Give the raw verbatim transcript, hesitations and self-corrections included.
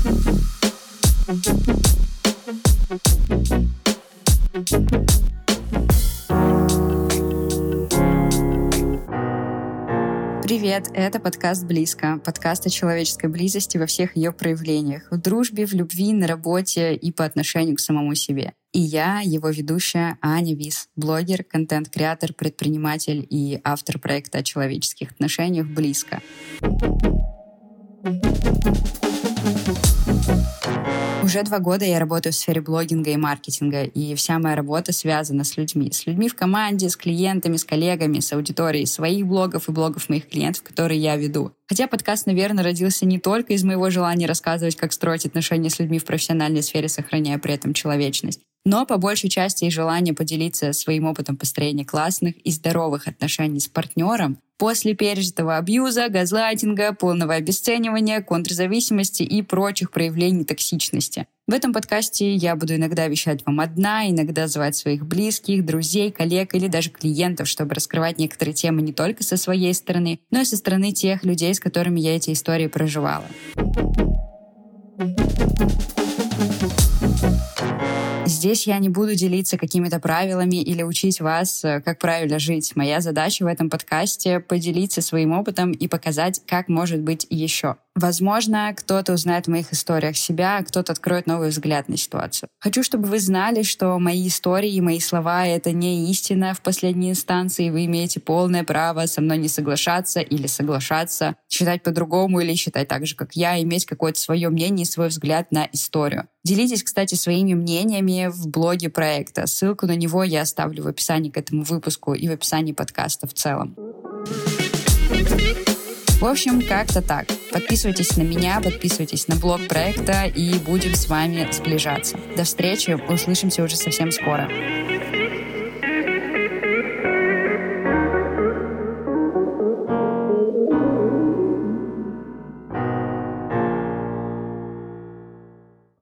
Привет, это подкаст «Близко», подкаст о человеческой близости во всех ее проявлениях, в дружбе, в любви, на работе и по отношению к самому себе. И я, его ведущая Аня Вис, блогер, контент-креатор, предприниматель и автор проекта о человеческих отношениях «Близко». Уже два года я работаю в сфере блогинга и маркетинга, и вся моя работа связана с людьми. С людьми в команде, с клиентами, с коллегами, с аудиторией своих блогов и блогов моих клиентов, которые я веду. Хотя подкаст, наверное, родился не только из моего желания рассказывать, как строить отношения с людьми в профессиональной сфере, сохраняя при этом человечность, но по большей части и желание поделиться своим опытом построения классных и здоровых отношений с партнером после пережитого абьюза, газлайтинга, полного обесценивания, контрзависимости и прочих проявлений токсичности. В этом подкасте я буду иногда вещать вам одна, иногда звать своих близких, друзей, коллег или даже клиентов, чтобы раскрывать некоторые темы не только со своей стороны, но и со стороны тех людей, с которыми я эти истории проживала. Здесь я не буду делиться какими-то правилами или учить вас, как правильно жить. Моя задача в этом подкасте — поделиться своим опытом и показать, как может быть еще. Возможно, кто-то узнает в моих историях себя, а кто-то откроет новый взгляд на ситуацию. Хочу, чтобы вы знали, что мои истории и мои слова — это не истина в последней инстанции. Вы имеете полное право со мной не соглашаться или соглашаться, считать по-другому или считать так же, как я, иметь какое-то свое мнение и свой взгляд на историю. Делитесь, кстати, своими мнениями в блоге проекта. Ссылку на него я оставлю в описании к этому выпуску и в описании подкаста в целом. В общем, как-то так. Подписывайтесь на меня, подписывайтесь на блог проекта, и будем с вами сближаться. До встречи, услышимся уже совсем скоро.